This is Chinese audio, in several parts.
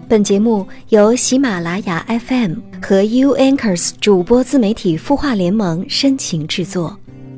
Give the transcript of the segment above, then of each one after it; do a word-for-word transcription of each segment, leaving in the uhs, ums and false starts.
本节目由喜马拉雅 F M 和 U Anchors 主播自媒体孵化联盟深情制作。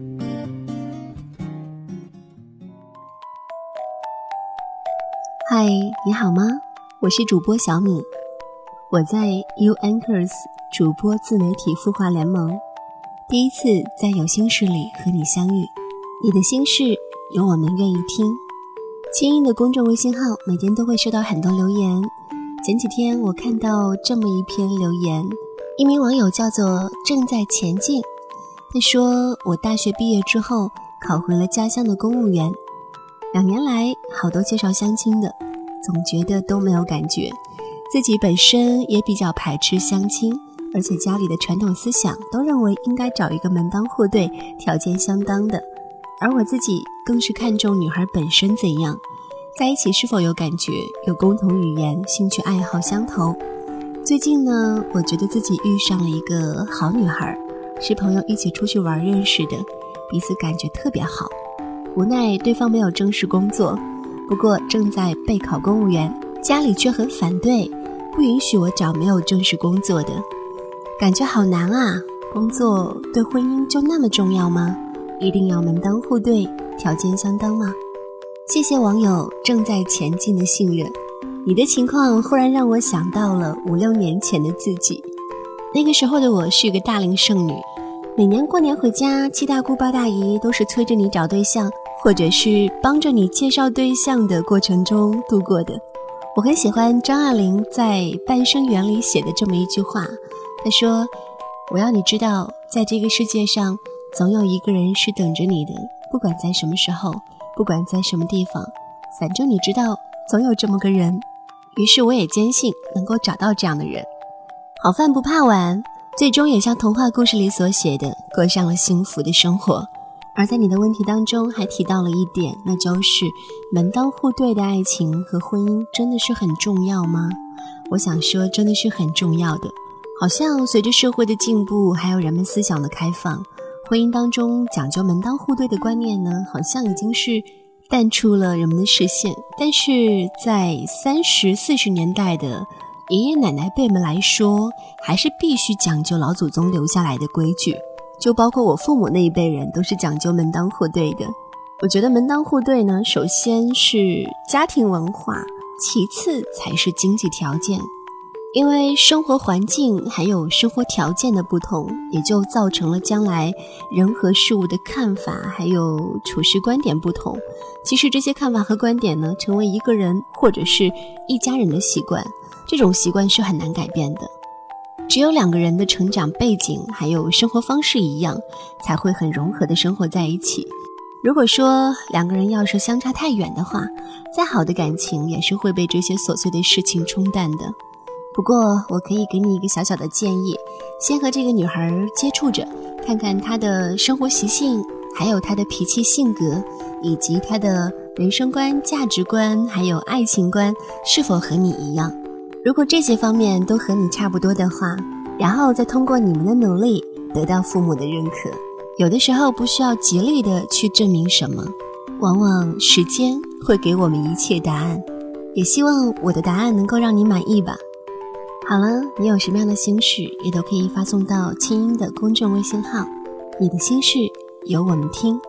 嗨，你好吗？我是主播小米，我在 U Anchors 主播自媒体孵化联盟，第一次在有心事里和你相遇。你的心事有我们愿意听。清音的公众微信号每天都会收到很多留言，前几天我看到这么一篇留言，一名网友叫做正在前进，他说我大学毕业之后考回了家乡的公务员，两年来好多介绍相亲的，总觉得都没有感觉，自己本身也比较排斥相亲，而且家里的传统思想都认为应该找一个门当户对条件相当的，而我自己更是看重女孩本身怎样，在一起是否有感觉，有共同语言，兴趣爱好相投。最近呢，我觉得自己遇上了一个好女孩，是朋友一起出去玩认识的，彼此感觉特别好。无奈对方没有正式工作，不过正在备考公务员，家里却很反对，不允许我找没有正式工作的。感觉好难啊，工作对婚姻就那么重要吗？一定要门当户对，条件相当吗？谢谢网友正在前进的信任，你的情况忽然让我想到了五六年前的自己。那个时候的我是一个大龄剩女，每年过年回家，七大姑八大姨都是催着你找对象，或者是帮着你介绍对象的过程中度过的。我很喜欢张爱玲在《半生缘》里写的这么一句话，她说，我要你知道，在这个世界上总有一个人是等着你的，不管在什么时候，不管在什么地方，反正你知道总有这么个人。于是我也坚信能够找到这样的人。好饭不怕晚，最终也像童话故事里所写的，过上了幸福的生活。而在你的问题当中还提到了一点，那就是门当户对的爱情和婚姻真的是很重要吗？我想说真的是很重要的。好像随着社会的进步，还有人们思想的开放，婚姻当中讲究门当户对的观念呢，好像已经是淡出了人们的视线。但是在三十四十年代的爷爷奶奶辈们来说，还是必须讲究老祖宗留下来的规矩，就包括我父母那一辈人都是讲究门当户对的。我觉得门当户对呢，首先是家庭文化，其次才是经济条件。因为生活环境还有生活条件的不同，也就造成了将来人和事物的看法还有处事观点不同。其实这些看法和观点呢，成为一个人或者是一家人的习惯，这种习惯是很难改变的。只有两个人的成长背景还有生活方式一样，才会很融合的生活在一起。如果说两个人要是相差太远的话，再好的感情也是会被这些琐碎的事情冲淡的。不过我可以给你一个小小的建议，先和这个女孩接触着，看看她的生活习性，还有她的脾气性格，以及她的人生观、价值观还有爱情观是否和你一样。如果这些方面都和你差不多的话，然后再通过你们的努力得到父母的认可。有的时候不需要极力的去证明什么，往往时间会给我们一切答案。也希望我的答案能够让你满意吧。好了，你有什么样的心事也都可以发送到清音的公众微信号，你的心事由我们听。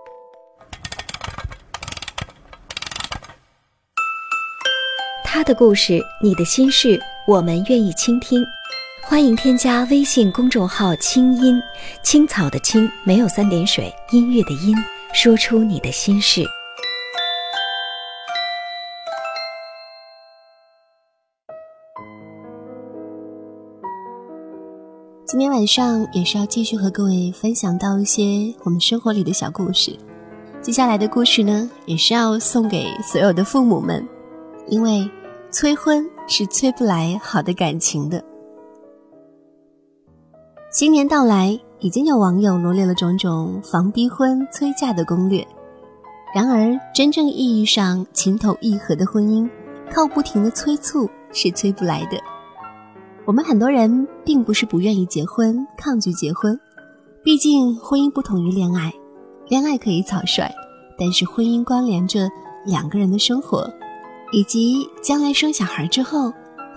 他的故事，你的心事，我们愿意倾听。欢迎添加微信公众号清音，青草的青，没有三点水，音乐的音，说出你的心事。 今天晚上也是要继续和各位分享到一些我们生活里的小故事。接下来的故事呢，也是要送给所有的父母们，因为催婚是催不来好的感情的。新年到来，已经有网友罗列了种种防逼婚催嫁的攻略。然而真正意义上情投意合的婚姻，靠不停的催促是催不来的。我们很多人并不是不愿意结婚，抗拒结婚，毕竟婚姻不同于恋爱，恋爱可以草率，但是婚姻关联着两个人的生活，以及将来生小孩之后，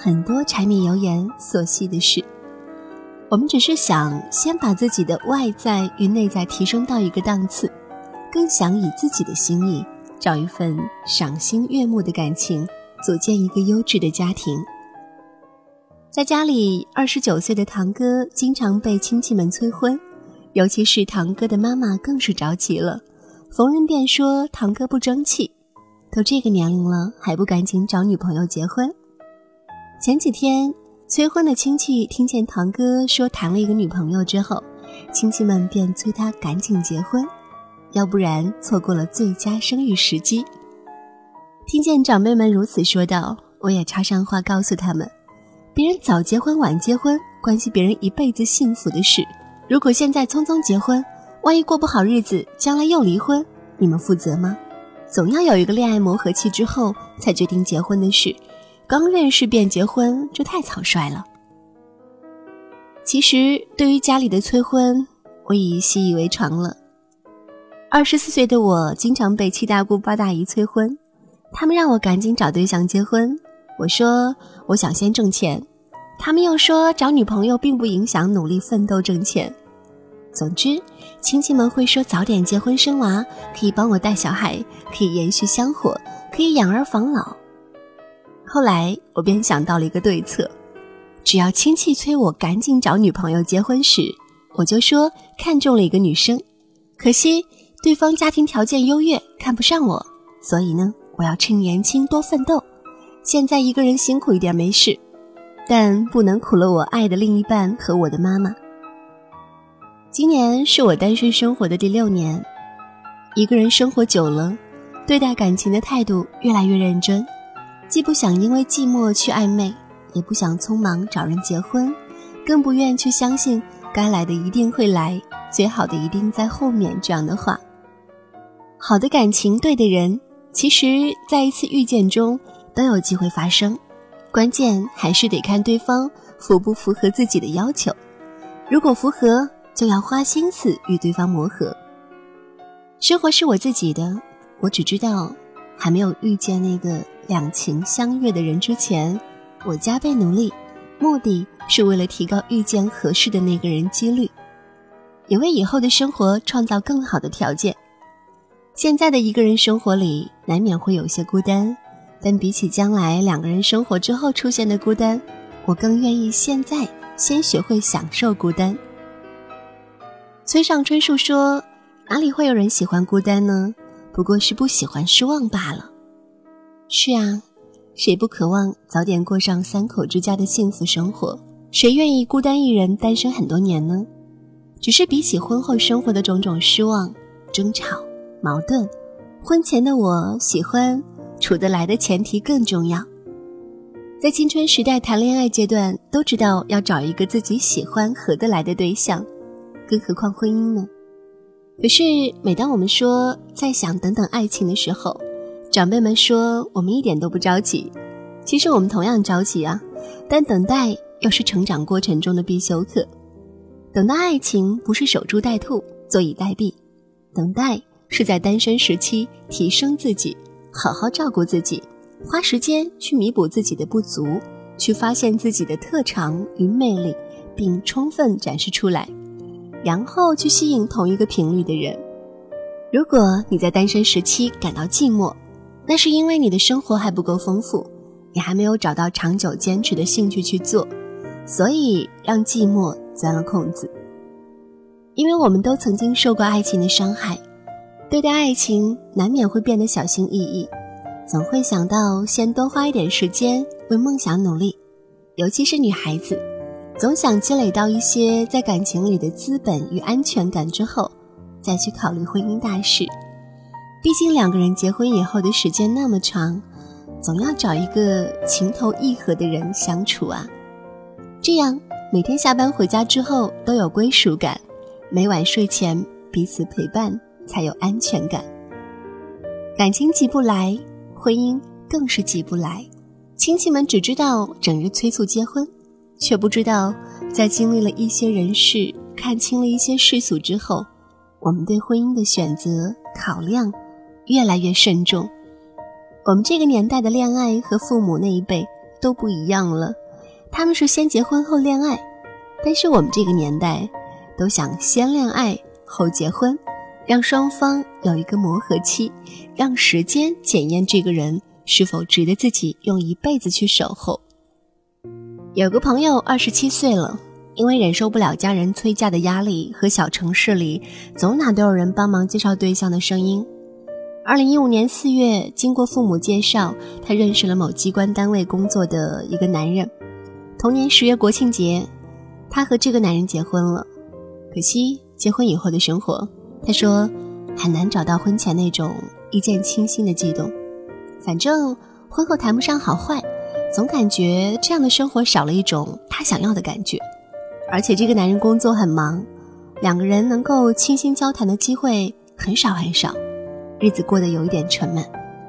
很多柴米油盐琐细的事。我们只是想先把自己的外在与内在提升到一个档次，更想以自己的心意找一份赏心悦目的感情，组建一个优质的家庭。在家里，二十九岁的堂哥经常被亲戚们催婚，尤其是堂哥的妈妈更是着急了，逢人便说堂哥不争气，都这个年龄了还不赶紧找女朋友结婚。前几天催婚的亲戚听见堂哥说谈了一个女朋友之后，亲戚们便催他赶紧结婚，要不然错过了最佳生育时机。听见长辈们如此说道，我也插上话告诉他们，别人早结婚晚结婚关系别人一辈子幸福的事，如果现在匆匆结婚，万一过不好日子将来又离婚，你们负责吗？总要有一个恋爱磨合期之后才决定结婚的事，刚认识便结婚，这太草率了。其实对于家里的催婚，我已习以为常了。二十四岁的我经常被七大姑八大姨催婚，他们让我赶紧找对象结婚，我说我想先挣钱，他们又说找女朋友并不影响努力奋斗挣钱。总之，亲戚们会说早点结婚生娃，可以帮我带小孩，可以延续香火，可以养儿防老。后来我便想到了一个对策，只要亲戚催我赶紧找女朋友结婚时，我就说看中了一个女生，可惜对方家庭条件优越，看不上我，所以呢，我要趁年轻多奋斗，现在一个人辛苦一点没事，但不能苦了我爱的另一半和我的妈妈。今年是我单身生活的第六年，一个人生活久了，对待感情的态度越来越认真，既不想因为寂寞去暧昧，也不想匆忙找人结婚，更不愿去相信该来的一定会来，最好的一定在后面这样的话。好的感情，对的人，其实在一次遇见中都有机会发生，关键还是得看对方符不符合自己的要求，如果符合，就要花心思与对方磨合。生活是我自己的，我只知道还没有遇见那个两情相悦的人之前，我加倍努力，目的是为了提高遇见合适的那个人几率，也为以后的生活创造更好的条件。现在的一个人生活里难免会有些孤单，但比起将来两个人生活之后出现的孤单，我更愿意现在先学会享受孤单。村上春树说，哪里会有人喜欢孤单呢？不过是不喜欢失望罢了。是啊，谁不渴望早点过上三口之家的幸福生活？谁愿意孤单一人单身很多年呢？只是比起婚后生活的种种失望、争吵、矛盾，婚前的我喜欢处得来的前提更重要。在青春时代谈恋爱阶段，都知道要找一个自己喜欢合得来的对象，更何况婚姻呢？可是每当我们说再想等等爱情的时候，长辈们说我们一点都不着急。其实我们同样着急啊，但等待又是成长过程中的必修课。等待爱情不是守株待兔、坐以待毙，等待是在单身时期提升自己，好好照顾自己，花时间去弥补自己的不足，去发现自己的特长与魅力，并充分展示出来，然后去吸引同一个频率的人。如果你在单身时期感到寂寞，那是因为你的生活还不够丰富，你还没有找到长久坚持的兴趣去做，所以让寂寞钻了空子。因为我们都曾经受过爱情的伤害，对待爱情难免会变得小心翼翼，总会想到先多花一点时间为梦想努力，尤其是女孩子，总想积累到一些在感情里的资本与安全感之后，再去考虑婚姻大事。毕竟两个人结婚以后的时间那么长，总要找一个情投意合的人相处啊，这样每天下班回家之后都有归属感，每晚睡前彼此陪伴才有安全感。感情急不来，婚姻更是急不来。亲戚们只知道整日催促结婚，却不知道在经历了一些人事，看清了一些世俗之后，我们对婚姻的选择考量越来越慎重。我们这个年代的恋爱和父母那一辈都不一样了， 他们是先结婚后恋爱，但是我们这个年代都想先恋爱后结婚，让双方有一个磨合期，让时间检验这个人是否值得自己用一辈子去守候。有个朋友二十七岁了，因为忍受不了家人催嫁的压力和小城市里总哪都有人帮忙介绍对象的声音，二零一五年四月，经过父母介绍，他认识了某机关单位工作的一个男人。同年十月国庆节，他和这个男人结婚了。可惜结婚以后的生活，他说很难找到婚前那种一见倾心的悸动。反正婚后谈不上好坏，总感觉这样的生活少了一种他想要的感觉。而且这个男人工作很忙，两个人能够倾心交谈的机会很少很少，日子过得有一点沉闷。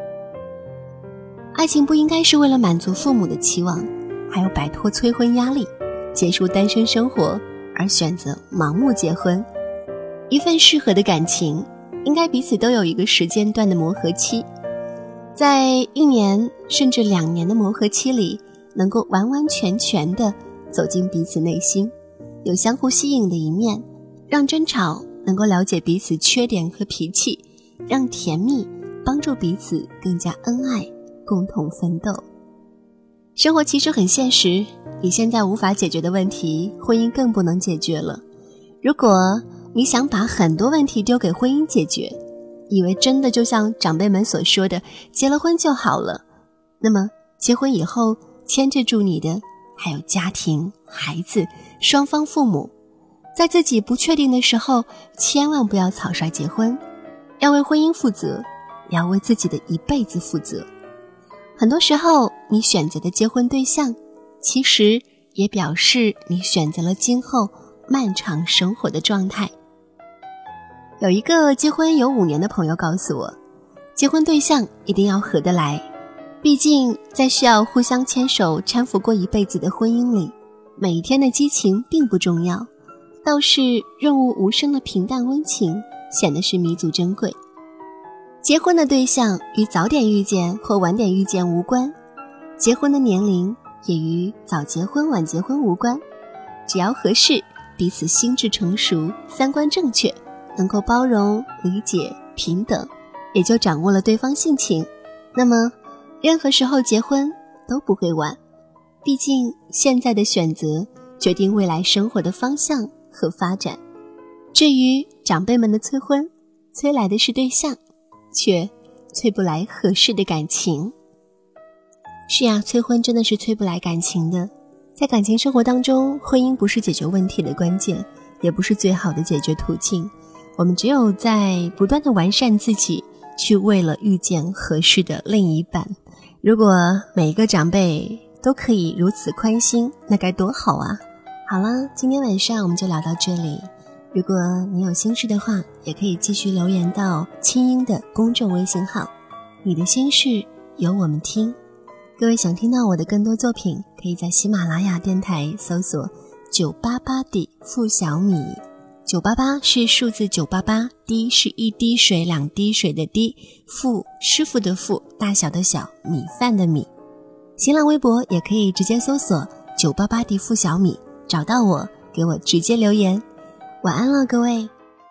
爱情不应该是为了满足父母的期望，还有摆脱催婚压力，结束单身生活而选择盲目结婚。一份适合的感情，应该彼此都有一个时间段的磨合期，在一年甚至两年的磨合期里，能够完完全全地走进彼此内心，有相互吸引的一面，让争吵能够了解彼此缺点和脾气，让甜蜜帮助彼此更加恩爱，共同奋斗。生活其实很现实，以现在无法解决的问题，婚姻更不能解决了。如果你想把很多问题丢给婚姻解决，以为真的就像长辈们所说的结了婚就好了，那么结婚以后牵制住你的还有家庭、孩子、双方父母。在自己不确定的时候，千万不要草率结婚，要为婚姻负责，也要为自己的一辈子负责。很多时候，你选择的结婚对象，其实也表示你选择了今后漫长生活的状态。有一个结婚有五年的朋友告诉我，结婚对象一定要合得来，毕竟在需要互相牵手搀扶过一辈子的婚姻里，每一天的激情并不重要，倒是润物无声的平淡温情显得是弥足珍贵。结婚的对象与早点遇见或晚点遇见无关，结婚的年龄也与早结婚晚结婚无关，只要合适，彼此心智成熟，三观正确，能够包容、理解、平等，也就掌握了对方性情，那么任何时候结婚都不会晚。毕竟现在的选择决定未来生活的方向和发展。至于长辈们的催婚，催来的是对象，却催不来合适的感情。是呀，催婚真的是催不来感情的。在感情生活当中，婚姻不是解决问题的关键，也不是最好的解决途径。我们只有在不断的完善自己，去为了遇见合适的另一半。如果每一个长辈都可以如此宽心，那该多好啊。好了，今天晚上我们就聊到这里。如果你有心事的话，也可以继续留言到清音的公众微信号，你的心事由我们听。各位想听到我的更多作品，可以在喜马拉雅电台搜索九八八的付小米，九八八是数字九八八，滴是一滴水两滴水的滴，付师傅的付，大小的小，米饭的米。新浪微博也可以直接搜索九八八的付小米，找到我，给我直接留言。晚安了，各位。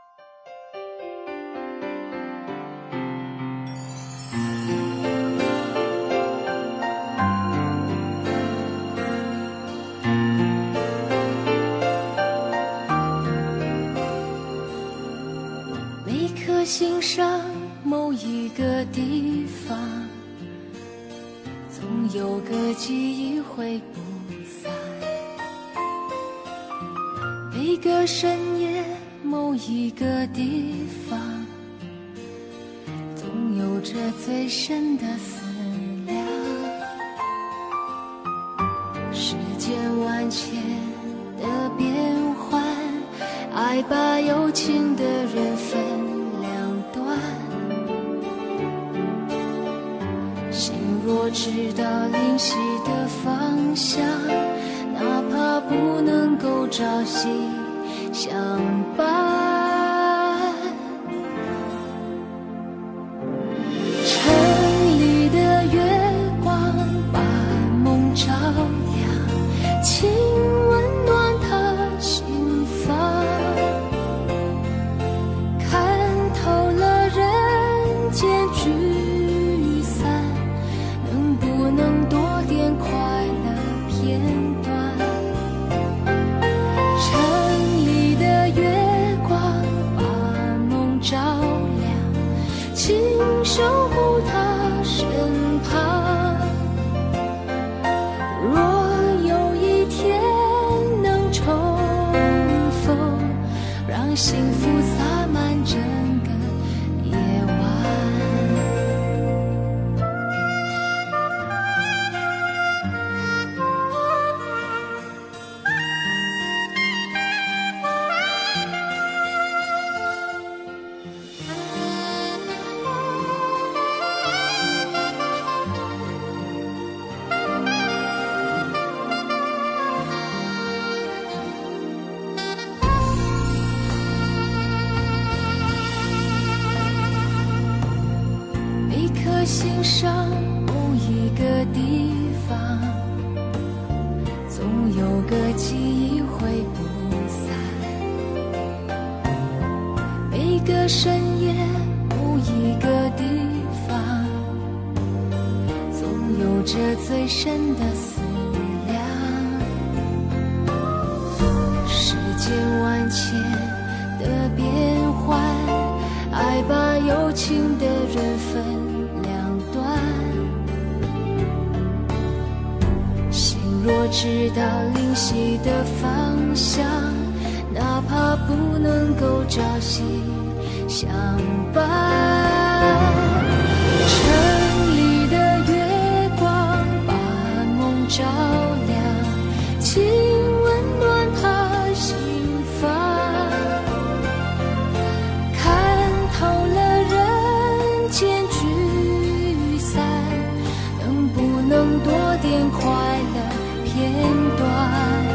每颗心上某一个地方，总有个记忆挥不散。每个深夜某一个地方，总有着最深的思量。世间万千的变幻，爱把有情的人分两端。心若知道灵犀的方向，哪怕不能够朝夕相伴。城里的月光把梦照亮， 上某一个地方，总有个记忆挥不散。每个深夜某一个地方，总有着最深的思量。世间万千的变幻，爱把有情的人分两端。心若知道灵犀的方向，哪怕不能够朝夕相伴。城里的月光把梦照亮，请温暖他心房。看透了人间聚散，能不能多点快乐片段？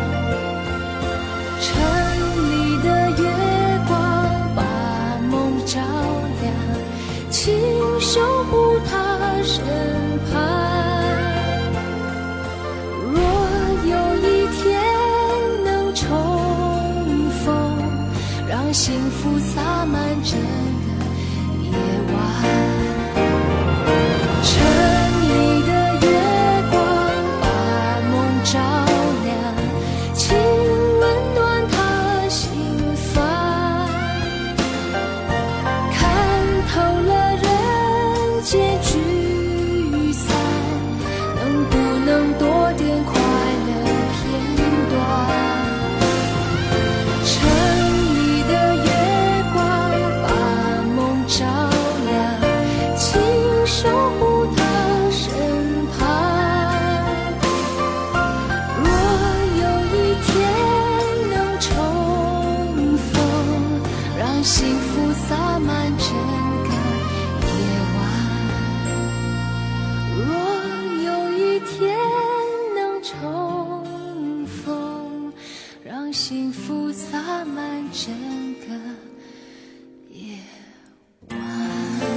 城里的月光把梦照亮，请守护他身旁。若有一天能重逢，让幸福洒满整个夜晚。城里的月光把梦照亮，请温暖他心房。看透了人间聚散，能不能多点快乐片段？城里的月光把梦照亮，请守护他身旁。若有一天能重逢，让幸福洒满整个夜晚。若有一天能重逢，让幸福洒满整个夜晚。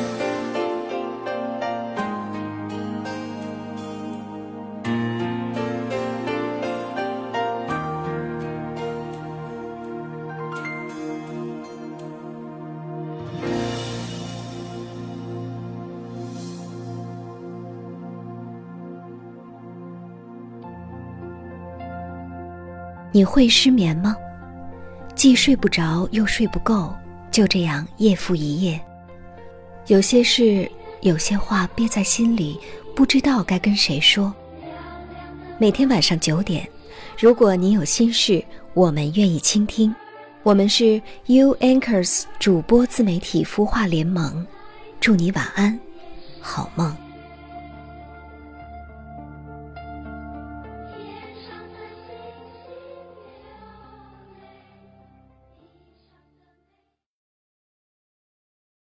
你会失眠吗？既睡不着又睡不够，就这样夜复一夜。有些事，有些话憋在心里，不知道该跟谁说。每天晚上九点，如果你有心事，我们愿意倾听。我们是 U Anchors 主播自媒体孵化联盟，祝你晚安，好梦。